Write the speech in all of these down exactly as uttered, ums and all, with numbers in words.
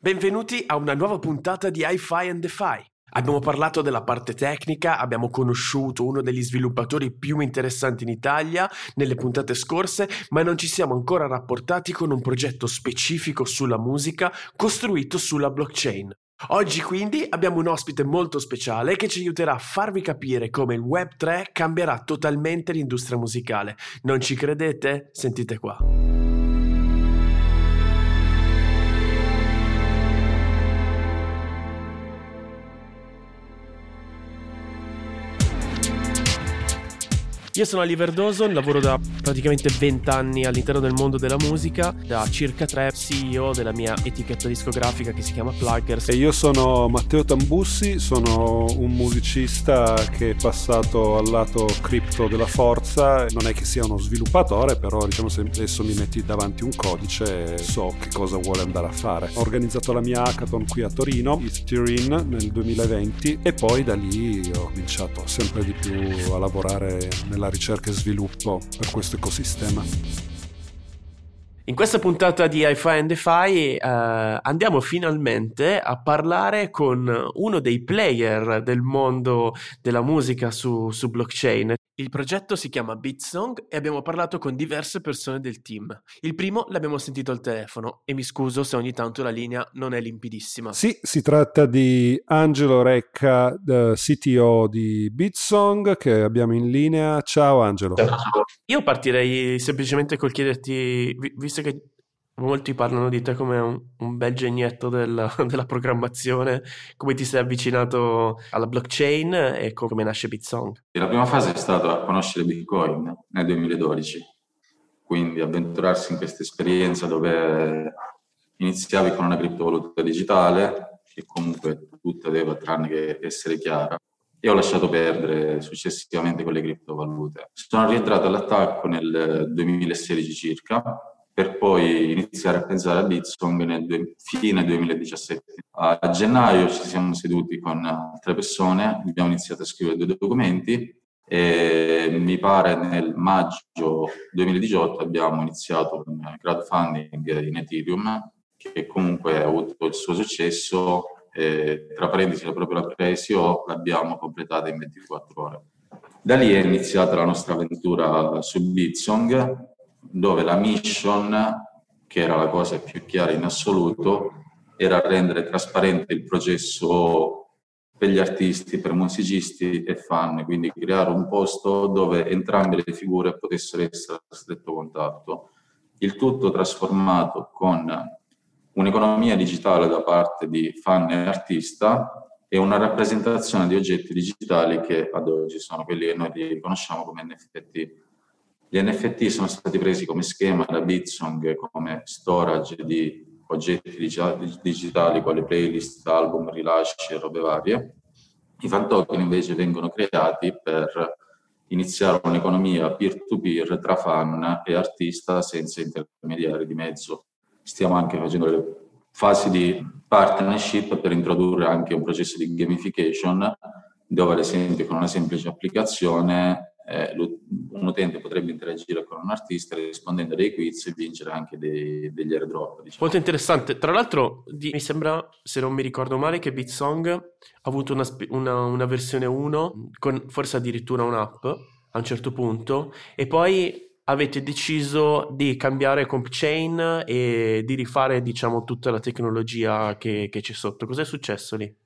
Benvenuti a una nuova puntata di Hi-Fi and DeFi. Abbiamo parlato della parte tecnica, abbiamo conosciuto uno degli sviluppatori più interessanti in Italia nelle puntate scorse, ma non ci siamo ancora rapportati con un progetto specifico sulla musica costruito sulla blockchain. Oggi quindi abbiamo un ospite molto speciale che ci aiuterà a farvi capire come il web tre cambierà totalmente l'industria musicale. Non ci credete? Sentite qua. Io sono Oliver Dawson, lavoro da praticamente venti anni all'interno del mondo della musica, da circa tre C E O della mia etichetta discografica che si chiama Pluggers. E io sono Matteo Tambussi, sono un musicista che è passato al lato cripto della forza. Non è che sia uno sviluppatore, però diciamo se adesso mi metti davanti un codice e so che cosa vuole andare a fare. Ho organizzato la mia hackathon qui a Torino, Ethereum, nel duemilaventi, e poi da lì ho cominciato sempre di più a lavorare nella ricerca e sviluppo per questo ecosistema. In questa puntata di Hi-Fi and DeFi eh, andiamo finalmente a parlare con uno dei player del mondo della musica su, su blockchain. Il progetto si chiama Beatsong e abbiamo parlato con diverse persone del team. Il primo l'abbiamo sentito al telefono e mi scuso se ogni tanto la linea non è limpidissima. Sì, si tratta di Angelo Recca, C T O di Beatsong, che abbiamo in linea. Ciao Angelo. Ciao. Io partirei semplicemente col chiederti, visto che molti parlano di te come un, un bel genietto del, della programmazione, come ti sei avvicinato alla blockchain e come nasce Beatsong? La prima fase è stata conoscere Bitcoin nel duemiladodici, quindi avventurarsi in questa esperienza dove iniziavi con una criptovaluta digitale che comunque tutta aveva tranne che essere chiara, e ho lasciato perdere successivamente con le criptovalute. Sono rientrato all'attacco nel duemilasedici circa, per poi iniziare a pensare a Beatsong nel due, fine duemiladiciassette. A gennaio ci siamo seduti con altre persone, abbiamo iniziato a scrivere due documenti e mi pare nel maggio duemiladiciotto abbiamo iniziato un crowdfunding in Ethereum che comunque ha avuto il suo successo. E, tra parentesi, proprio la pre-I C O l'abbiamo completata in ventiquattro ore. Da lì è iniziata la nostra avventura su Beatsong, dove la mission, che era la cosa più chiara in assoluto, era rendere trasparente il processo per gli artisti, per musicisti e fan, quindi creare un posto dove entrambe le figure potessero essere a stretto contatto. Il tutto trasformato con un'economia digitale da parte di fan e artista e una rappresentazione di oggetti digitali che ad oggi sono quelli che noi riconosciamo come N F T. Gli N F T sono stati presi come schema da Beatsong come storage di oggetti digitali quali playlist, album, rilasci e robe varie. I fan token invece vengono creati per iniziare un'economia peer-to-peer tra fan e artista senza intermediari di mezzo. Stiamo anche facendo le fasi di partnership per introdurre anche un processo di gamification dove ad esempio con una semplice applicazione eh, un utente potrebbe interagire con un artista rispondendo a dei quiz e vincere anche dei, degli airdrop. Diciamo. Molto interessante. Tra l'altro di, mi sembra, se non mi ricordo male, che Beatsong ha avuto una, una, una versione uno con forse addirittura un'app a un certo punto e poi avete deciso di cambiare comp chain e di rifare, diciamo, tutta la tecnologia che, che c'è sotto. Cos'è successo lì?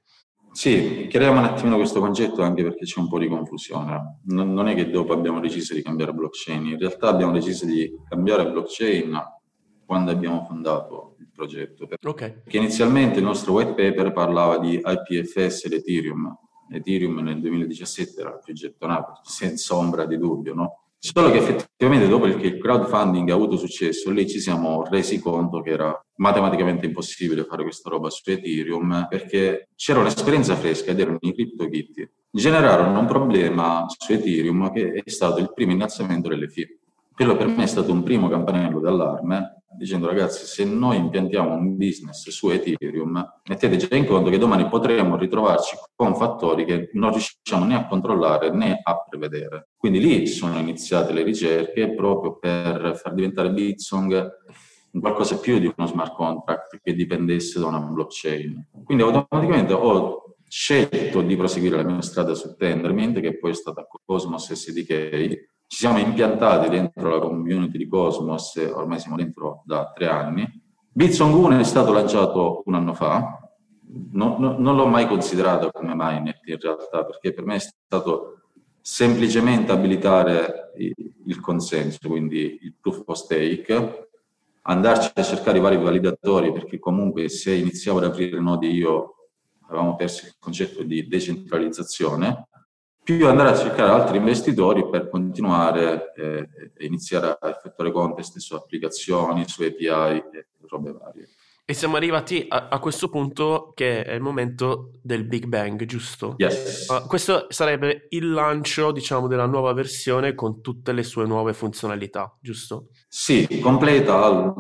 Sì, chiariamo un attimino questo concetto anche perché c'è un po' di confusione. Non, non è che dopo abbiamo deciso di cambiare blockchain, in realtà abbiamo deciso di cambiare blockchain quando abbiamo fondato il progetto. Okay. Perché inizialmente il nostro white paper parlava di I P F S ed Ethereum. Ethereum nel duemiladiciassette era il più gettonato, senza ombra di dubbio, no? Solo che effettivamente dopo che il crowdfunding ha avuto successo, lì ci siamo resi conto che era matematicamente impossibile fare questa roba su Ethereum perché c'era un'esperienza fresca ed erano i CryptoKitty. Generarono un problema su Ethereum che è stato il primo innalzamento delle fee. Quello per me è stato un primo campanello d'allarme dicendo ragazzi se noi impiantiamo un business su Ethereum mettete già in conto che domani potremo ritrovarci con fattori che non riusciamo né a controllare né a prevedere. Quindi lì sono iniziate le ricerche proprio per far diventare Beatsong un qualcosa più di uno smart contract che dipendesse da una blockchain. Quindi automaticamente ho scelto di proseguire la mia strada su Tendermint, che poi è stata Cosmos S D K. Ci siamo impiantati dentro la community di Cosmos, ormai siamo dentro da tre anni. Bitsong uno è stato lanciato un anno fa, non, non, non l'ho mai considerato come mainnet in realtà, perché per me è stato semplicemente abilitare il, il consenso, quindi il proof of stake, andarci a cercare i vari validatori, perché comunque se iniziavo ad aprire nodi io avevamo perso il concetto di decentralizzazione, più andare a cercare altri investitori per continuare eh, e iniziare a effettuare contest su applicazioni, su A P I e robe varie. E siamo arrivati a, a questo punto che è il momento del Big Bang, giusto? Yes. Uh, questo sarebbe il lancio, diciamo, della nuova versione con tutte le sue nuove funzionalità, giusto? Sì, completa al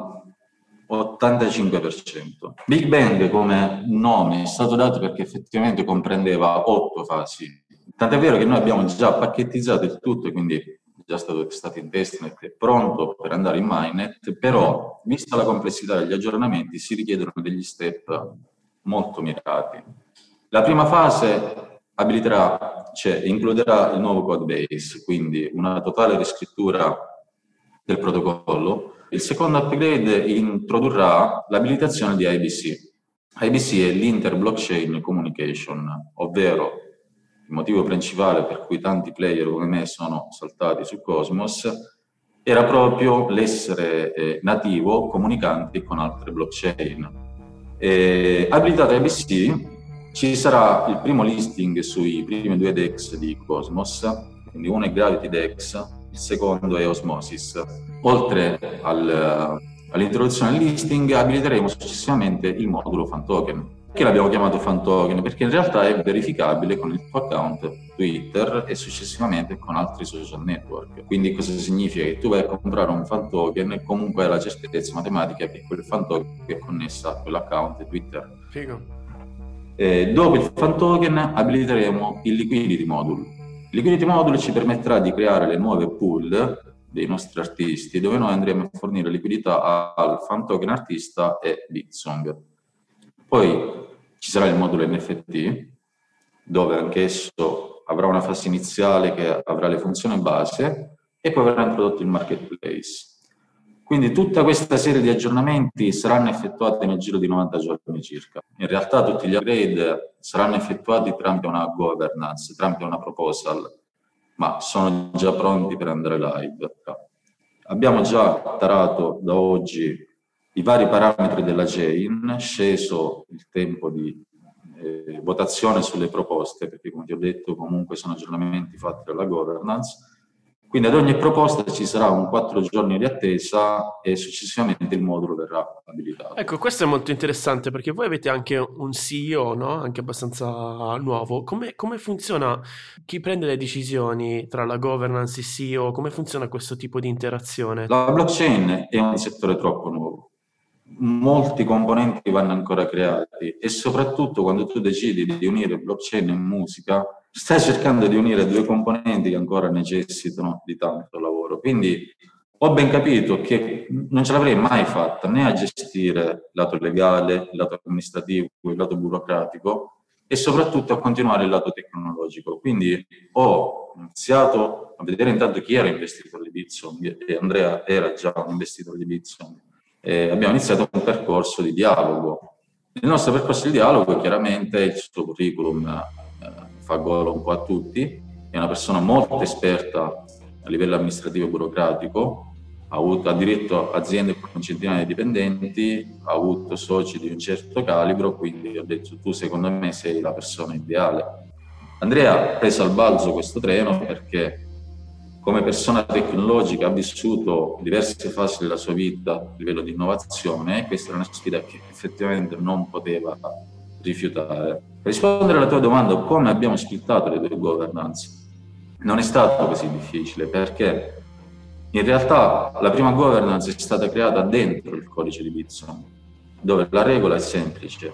ottantacinque per cento. Big Bang come nome è stato dato perché effettivamente comprendeva otto fasi. Tant'è vero che noi abbiamo già pacchettizzato il tutto e quindi è già stato testato in testnet, è pronto per andare in mainnet, però vista la complessità degli aggiornamenti si richiedono degli step molto mirati. La prima fase abiliterà, cioè includerà il nuovo code base, quindi una totale riscrittura del protocollo. Il secondo upgrade introdurrà l'abilitazione di I B C. I B C è l'Inter-Blockchain Communication, ovvero il motivo principale per cui tanti player come me sono saltati su Cosmos era proprio l'essere eh, nativo comunicanti con altre blockchain. E, abilitato I B C, ci sarà il primo listing sui primi due D E X di Cosmos, quindi uno è Gravity D E X, il secondo è Osmosis. Oltre al, all'introduzione del listing abiliteremo successivamente il modulo Fan Token. Perché l'abbiamo chiamato Fan Token? Perché in realtà è verificabile con il tuo account Twitter e successivamente con altri social network. Quindi cosa significa? Che tu vai a comprare un Fan Token e comunque hai la certezza matematica che quel Fan Token è connesso a quell'account Twitter. Figo. Eh, dopo il Fan Token abiliteremo il Liquidity Module. Il Liquidity Module ci permetterà di creare le nuove pool dei nostri artisti, dove noi andremo a fornire liquidità al Fan Token artista e Bitsong. Poi ci sarà il modulo N F T, dove anch'esso avrà una fase iniziale che avrà le funzioni base e poi verrà introdotto il marketplace. Quindi tutta questa serie di aggiornamenti saranno effettuati nel giro di novanta giorni circa. In realtà tutti gli upgrade saranno effettuati tramite una governance, tramite una proposal, ma sono già pronti per andare live. Abbiamo già tarato da oggi i vari parametri della chain, sceso il tempo di eh, votazione sulle proposte, perché come ti ho detto comunque sono aggiornamenti fatti dalla governance. Quindi ad ogni proposta ci sarà un quattro giorni di attesa e successivamente il modulo verrà abilitato. Ecco, questo è molto interessante perché voi avete anche un C E O, no? Anche abbastanza nuovo. Come, come funziona? Chi prende le decisioni tra la governance e il C E O? Come funziona questo tipo di interazione? La blockchain è un settore troppo nuovo. Molti componenti vanno ancora creati e soprattutto quando tu decidi di unire blockchain e musica stai cercando di unire due componenti che ancora necessitano di tanto lavoro. Quindi ho ben capito che non ce l'avrei mai fatta né a gestire il lato legale, il lato amministrativo, il lato burocratico e soprattutto a continuare il lato tecnologico. Quindi ho iniziato a vedere intanto chi era investitore di Bitsong e Andrea era già un investitore di Bitsong. E abbiamo iniziato un percorso di dialogo. Il nostro percorso di dialogo chiaramente il suo curriculum eh, fa gola un po' a tutti, è una persona molto esperta a livello amministrativo e burocratico, ha, avuto, ha diretto aziende con centinaia di dipendenti, ha avuto soci di un certo calibro, quindi ho detto tu secondo me sei la persona ideale. Andrea ha preso al balzo questo treno perché come persona tecnologica ha vissuto diverse fasi della sua vita a livello di innovazione e questa era una sfida che effettivamente non poteva rifiutare. Per rispondere alla tua domanda, come abbiamo splittato le due governance, non è stato così difficile perché in realtà la prima governance è stata creata dentro il codice di Bitsong, dove la regola è semplice.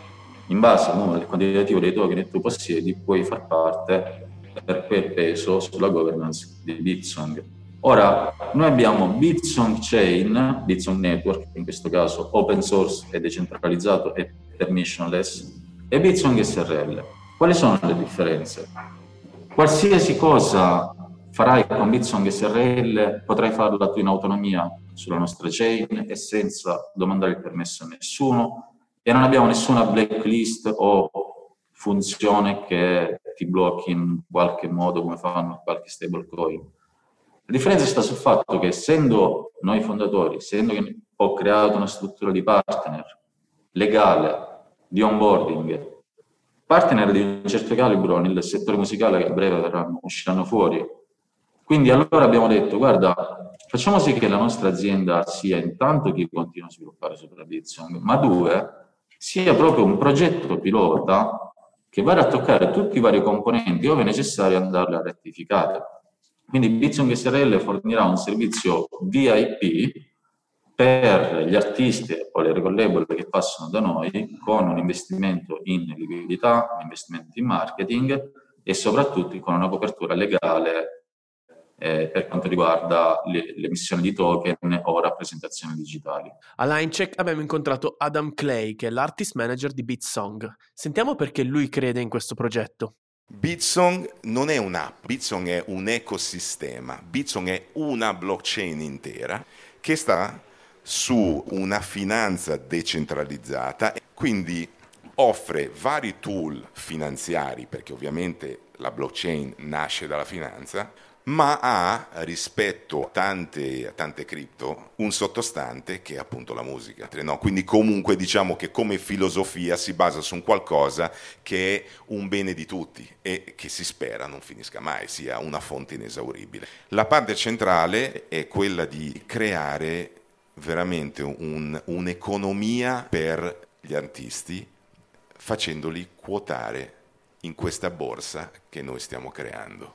In base al numero del quantitativo dei token che tu possiedi, puoi far parte per quel peso sulla governance di Bitsong. Ora, noi abbiamo Beatsong Chain, Beatsong Network, in questo caso open source e decentralizzato e permissionless, e Beatsong S R L. Quali sono le differenze? Qualsiasi cosa farai con Beatsong S R L potrai farla tu in autonomia sulla nostra chain e senza domandare il permesso a nessuno, e non abbiamo nessuna blacklist o funzione che ti blocchi in qualche modo come fanno qualche stablecoin. La differenza sta sul fatto che, essendo noi fondatori, essendo che ho creato una struttura di partner legale, di onboarding, partner di un certo calibro nel settore musicale che a breve verranno, usciranno fuori. Quindi allora abbiamo detto, guarda, facciamo sì che la nostra azienda sia intanto chi continua a sviluppare sopra Beatsong, ma due, sia proprio un progetto pilota che vada a toccare tutti i vari componenti, ove necessario andarli a rettificare. Quindi Beatsong S R L fornirà un servizio V I P per gli artisti o le record label che passano da noi, con un investimento in liquidità, un investimento in marketing e soprattutto con una copertura legale eh, per quanto riguarda le, l'emissione di token o rappresentazioni digitali. A Linecheck abbiamo incontrato Adam Clay, che è l'artist manager di Beatsong. Sentiamo perché lui crede in questo progetto. Beatsong non è un'app, Beatsong è un ecosistema, Beatsong è una blockchain intera che sta su una finanza decentralizzata, quindi offre vari tool finanziari, perché ovviamente la blockchain nasce dalla finanza, ma ha, rispetto a tante, a tante cripto, un sottostante che è appunto la musica. No? Quindi comunque diciamo che come filosofia si basa su un qualcosa che è un bene di tutti e che si spera non finisca mai, sia una fonte inesauribile. La parte centrale è quella di creare veramente un, un'economia per gli artisti, facendoli quotare in questa borsa che noi stiamo creando.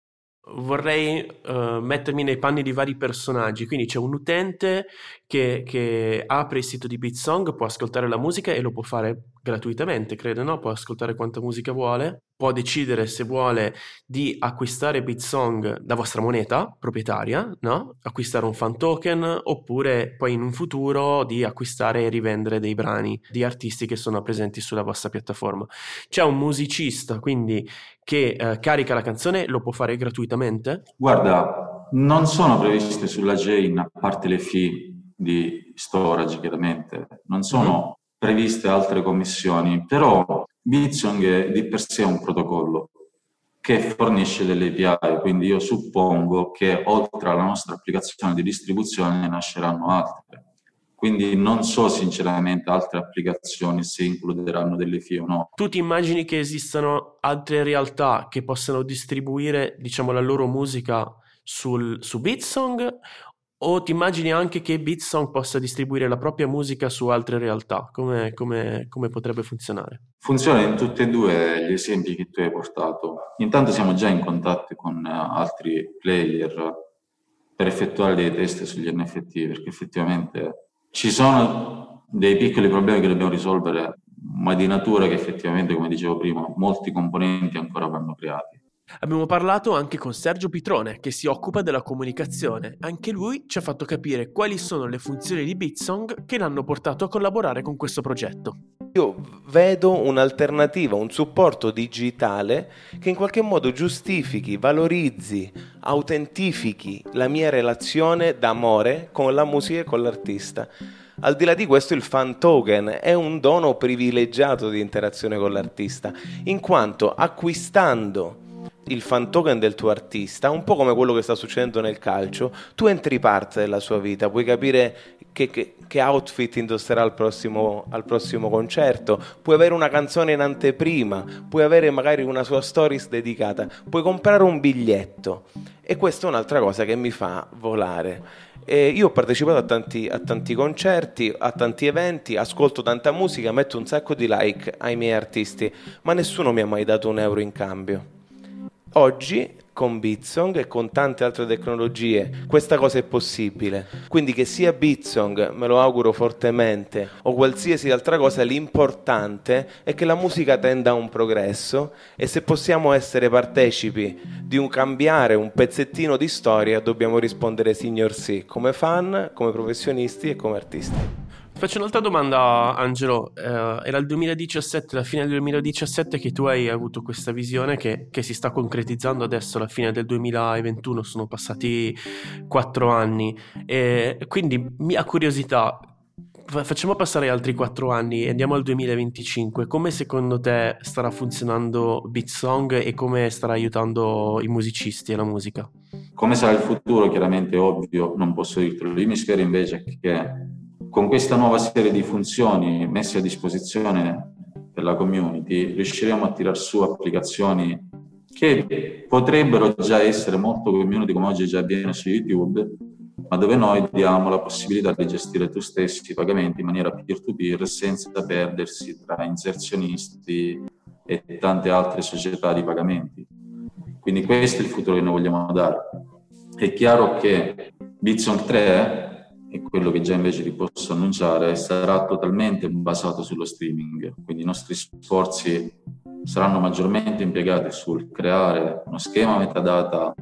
Vorrei uh, mettermi nei panni di vari personaggi, quindi c'è un utente che, che apre il sito di Beatsong, può ascoltare la musica e lo può fare gratuitamente, credo, no? Può ascoltare quanta musica vuole, può decidere se vuole di acquistare Beatsong, la vostra moneta proprietaria, no? Acquistare un fan token, oppure poi in un futuro di acquistare e rivendere dei brani di artisti che sono presenti sulla vostra piattaforma. C'è un musicista, quindi, che eh, carica la canzone, lo può fare gratuitamente? Guarda, non sono previste sulla chain, a parte le fee di storage chiaramente, non sono mm-hmm. previste altre commissioni, però Beatsong è di per sé un protocollo che fornisce delle A P I, quindi io suppongo che oltre alla nostra applicazione di distribuzione ne nasceranno altre. Quindi non so sinceramente altre applicazioni se includeranno delle fee o no. Tu ti immagini che esistano altre realtà che possano distribuire, diciamo, la loro musica sul, su Beatsong, o ti immagini anche che Beatsong possa distribuire la propria musica su altre realtà? Come, come, come potrebbe funzionare? Funziona in tutti e due gli esempi che tu hai portato. Intanto siamo già in contatto con altri player per effettuare dei test sugli N F T, perché effettivamente ci sono dei piccoli problemi che dobbiamo risolvere, ma di natura che effettivamente, come dicevo prima, molti componenti ancora vanno creati. Abbiamo parlato anche con Sergio Pitrone, che si occupa della comunicazione. Anche lui ci ha fatto capire quali sono le funzioni di Beatsong che l'hanno portato a collaborare con questo progetto. Io vedo un'alternativa, un supporto digitale che in qualche modo giustifichi, valorizzi, autentifichi la mia relazione d'amore con la musica e con l'artista. Al di là di questo, il fan token è un dono privilegiato di interazione con l'artista, in quanto acquistando il fan token del tuo artista, un po' come quello che sta succedendo nel calcio, tu entri parte della sua vita, puoi capire che, che, che outfit indosserà al prossimo, al prossimo concerto, puoi avere una canzone in anteprima, puoi avere magari una sua stories dedicata, puoi comprare un biglietto, e questa è un'altra cosa che mi fa volare. E io ho partecipato a tanti, a tanti concerti, a tanti eventi, ascolto tanta musica, metto un sacco di like ai miei artisti, ma nessuno mi ha mai dato un euro in cambio. Oggi con Beatsong e con tante altre tecnologie questa cosa è possibile. Quindi che sia Beatsong, me lo auguro fortemente, o qualsiasi altra cosa, l'importante è che la musica tenda a un progresso, e se possiamo essere partecipi di un cambiare un pezzettino di storia dobbiamo rispondere signor sì, come fan, come professionisti e come artisti. Faccio un'altra domanda, Angelo. Eh, era il duemiladiciassette, la fine del duemiladiciassette, che tu hai avuto questa visione che, che si sta concretizzando adesso, alla fine del duemilaventuno, sono passati quattro anni. E quindi, mia curiosità, fa- facciamo passare altri quattro anni e andiamo al duemilaventicinque. Come secondo te starà funzionando Beatsong e come starà aiutando i musicisti e la musica? Come sarà il futuro, chiaramente ovvio, non posso dirtelo. Io mi spero invece che con questa nuova serie di funzioni messe a disposizione per la community riusciremo a tirar su applicazioni che potrebbero già essere molto community, come oggi già avviene su YouTube, ma dove noi diamo la possibilità di gestire tu stessi i pagamenti in maniera peer-to-peer senza perdersi tra inserzionisti e tante altre società di pagamenti. Quindi questo è il futuro che noi vogliamo dare. È chiaro che Beatsong tre, e quello che già invece ti posso annunciare, sarà totalmente basato sullo streaming, quindi i nostri sforzi saranno maggiormente impiegati sul creare uno schema metadata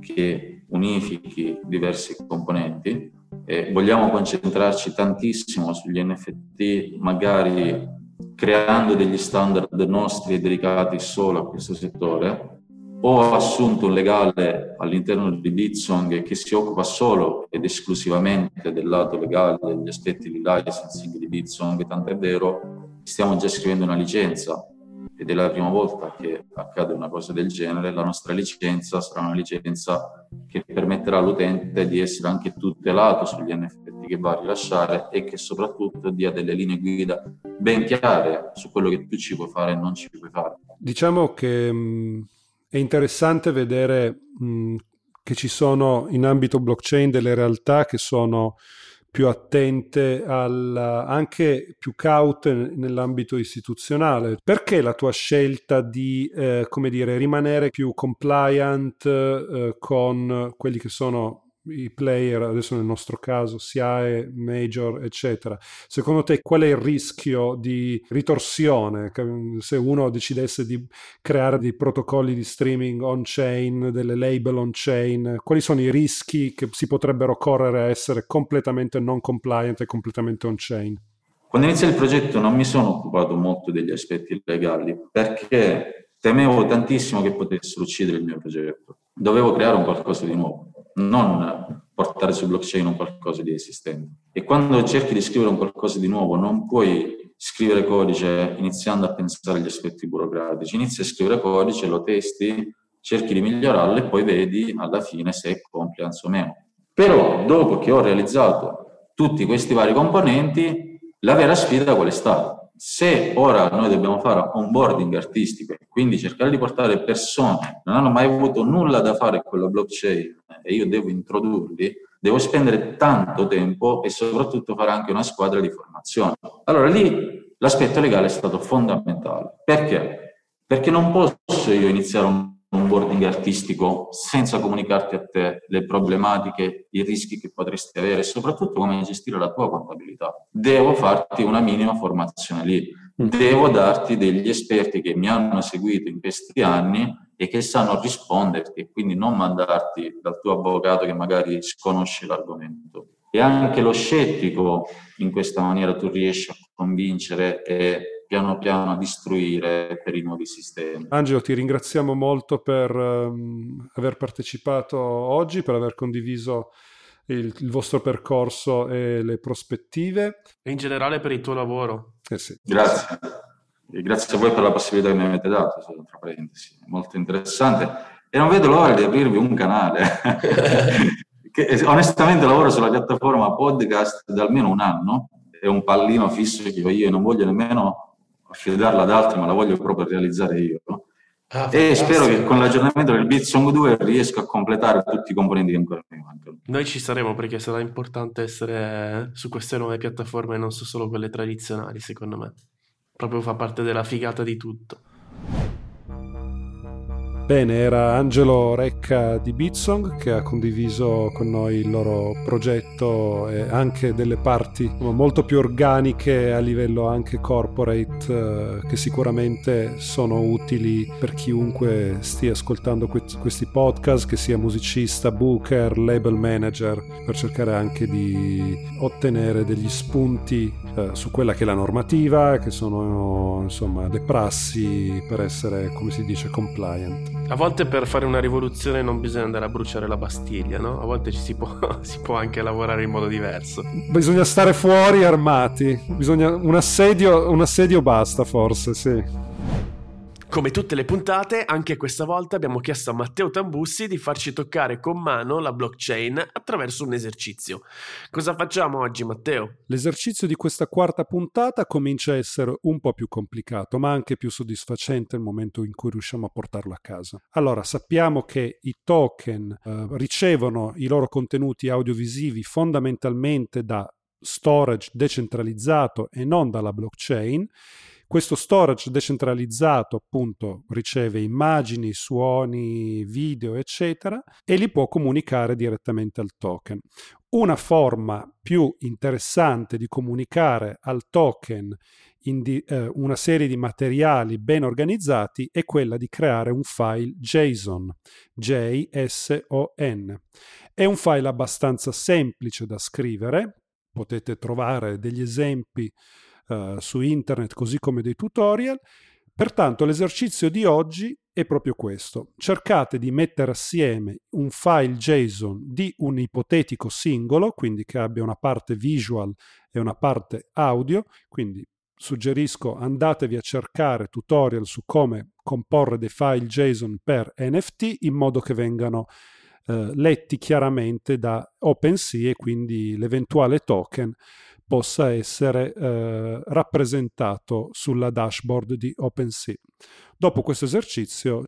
che unifichi diversi componenti, e vogliamo concentrarci tantissimo sugli N F T, magari creando degli standard nostri e dedicati solo a questo settore. Ho assunto un legale all'interno di Beatsong che si occupa solo ed esclusivamente del lato legale, degli aspetti di licensing di Beatsong, tant'è vero, stiamo già scrivendo una licenza ed è la prima volta che accade una cosa del genere. La nostra licenza sarà una licenza che permetterà all'utente di essere anche tutelato sugli N F T che va a rilasciare e che soprattutto dia delle linee guida ben chiare su quello che tu ci puoi fare e non ci puoi fare. Diciamo che mh, è interessante vedere mh, che ci sono in ambito blockchain delle realtà che sono più attente, al, anche più caute nell'ambito istituzionale. Perché la tua scelta di eh, come dire, rimanere più compliant eh, con quelli che sono i player, adesso nel nostro caso S I A E, Major, eccetera? Secondo te qual è il rischio di ritorsione se uno decidesse di creare dei protocolli di streaming on-chain, delle label on-chain? Quali sono i rischi che si potrebbero correre a essere completamente non compliant e completamente on-chain? Quando inizia il progetto non mi sono occupato molto degli aspetti legali perché temevo tantissimo che potessero uccidere il mio progetto. Dovevo creare un qualcosa di nuovo, non portare su blockchain un qualcosa di esistente. E quando cerchi di scrivere un qualcosa di nuovo non puoi scrivere codice iniziando a pensare agli aspetti burocratici. Inizi a scrivere codice, lo testi, cerchi di migliorarlo e poi vedi alla fine se è compliance o meno. Però dopo che ho realizzato tutti questi vari componenti, la vera sfida qual è stata? Se ora noi dobbiamo fare onboarding artistico e quindi cercare di portare persone che non hanno mai avuto nulla da fare con la blockchain e io devo introdurli, devo spendere tanto tempo e soprattutto fare anche una squadra di formazione. Allora lì l'aspetto legale è stato fondamentale. Perché? Perché non posso io iniziare un onboarding artistico senza comunicarti a te le problematiche, i rischi che potresti avere e soprattutto come gestire la tua contabilità. Devo farti una minima formazione lì, devo darti degli esperti che mi hanno seguito in questi anni e che sanno risponderti e quindi non mandarti dal tuo avvocato che magari sconosce l'argomento. E anche lo scettico in questa maniera tu riesci a convincere e piano piano a distruire per i nuovi sistemi. Angelo, ti ringraziamo molto per um, aver partecipato oggi, per aver condiviso il, il vostro percorso e le prospettive. E in generale per il tuo lavoro. Eh sì. Grazie. E grazie a voi per la possibilità che mi avete dato, tra parentesi. Molto interessante. E non vedo l'ora di aprirvi un canale. che, onestamente lavoro sulla piattaforma podcast da almeno un anno. È un pallino fisso che ho io e non voglio nemmeno affidarla ad altri, ma la voglio proprio realizzare io. Ah, e spero che con l'aggiornamento del Beatsong due riesco a completare tutti i componenti che ancora mi mancano. Noi ci saremo perché sarà importante essere su queste nuove piattaforme e non su solo quelle tradizionali, secondo me. Proprio fa parte della figata di tutto. Bene, era Angelo Recca di Beatsong che ha condiviso con noi il loro progetto e anche delle parti molto più organiche a livello anche corporate, eh, che sicuramente sono utili per chiunque stia ascoltando que- questi podcast, che sia musicista, booker, label manager, per cercare anche di ottenere degli spunti eh, su quella che è la normativa, che sono insomma le prassi per essere, come si dice, compliant. A volte per fare una rivoluzione non bisogna andare a bruciare la Bastiglia, no? A volte ci si può, si può anche lavorare in modo diverso. Bisogna stare fuori armati, bisogna un assedio, un assedio basta forse, sì. Come tutte le puntate, anche questa volta abbiamo chiesto a Matteo Tambussi di farci toccare con mano la blockchain attraverso un esercizio. Cosa facciamo oggi, Matteo? L'esercizio di questa quarta puntata comincia a essere un po' più complicato, ma anche più soddisfacente nel momento in cui riusciamo a portarlo a casa. Allora, sappiamo che i token eh, ricevono i loro contenuti audiovisivi fondamentalmente da storage decentralizzato e non dalla blockchain. Questo storage decentralizzato appunto riceve immagini, suoni, video, eccetera, e li può comunicare direttamente al token. Una forma più interessante di comunicare al token in di, eh, una serie di materiali ben organizzati è quella di creare un file JSON, J S O N. È un file abbastanza semplice da scrivere, potete trovare degli esempi Uh, su internet, così come dei tutorial. Pertanto l'esercizio di oggi è proprio questo: cercate di mettere assieme un file JSON di un ipotetico singolo, quindi che abbia una parte visual e una parte audio. Quindi suggerisco, andatevi a cercare tutorial su come comporre dei file JSON per N F T in modo che vengano uh, letti chiaramente da OpenSea e quindi l'eventuale token possa essere eh, rappresentato sulla dashboard di OpenSea. Dopo questo esercizio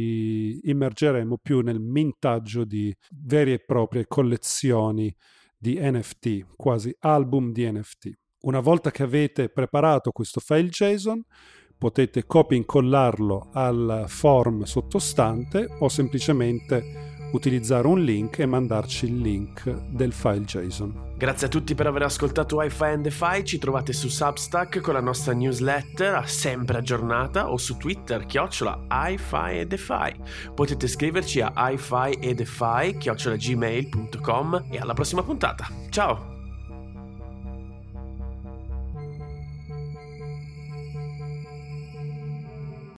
ci immergeremo più nel mintaggio di vere e proprie collezioni di N F T, quasi album di N F T. Una volta che avete preparato questo file JSON, potete copia e incollarlo al form sottostante o semplicemente utilizzare un link e mandarci il link del file JSON. Grazie a tutti per aver ascoltato Hi-Fi and The-Fi. Ci trovate su Substack con la nostra newsletter sempre aggiornata o su Twitter chiocciola Hi-Fi and The-Fi. Potete scriverci a hi-fi and the fi chiocciola gmail punto com e alla prossima puntata. Ciao!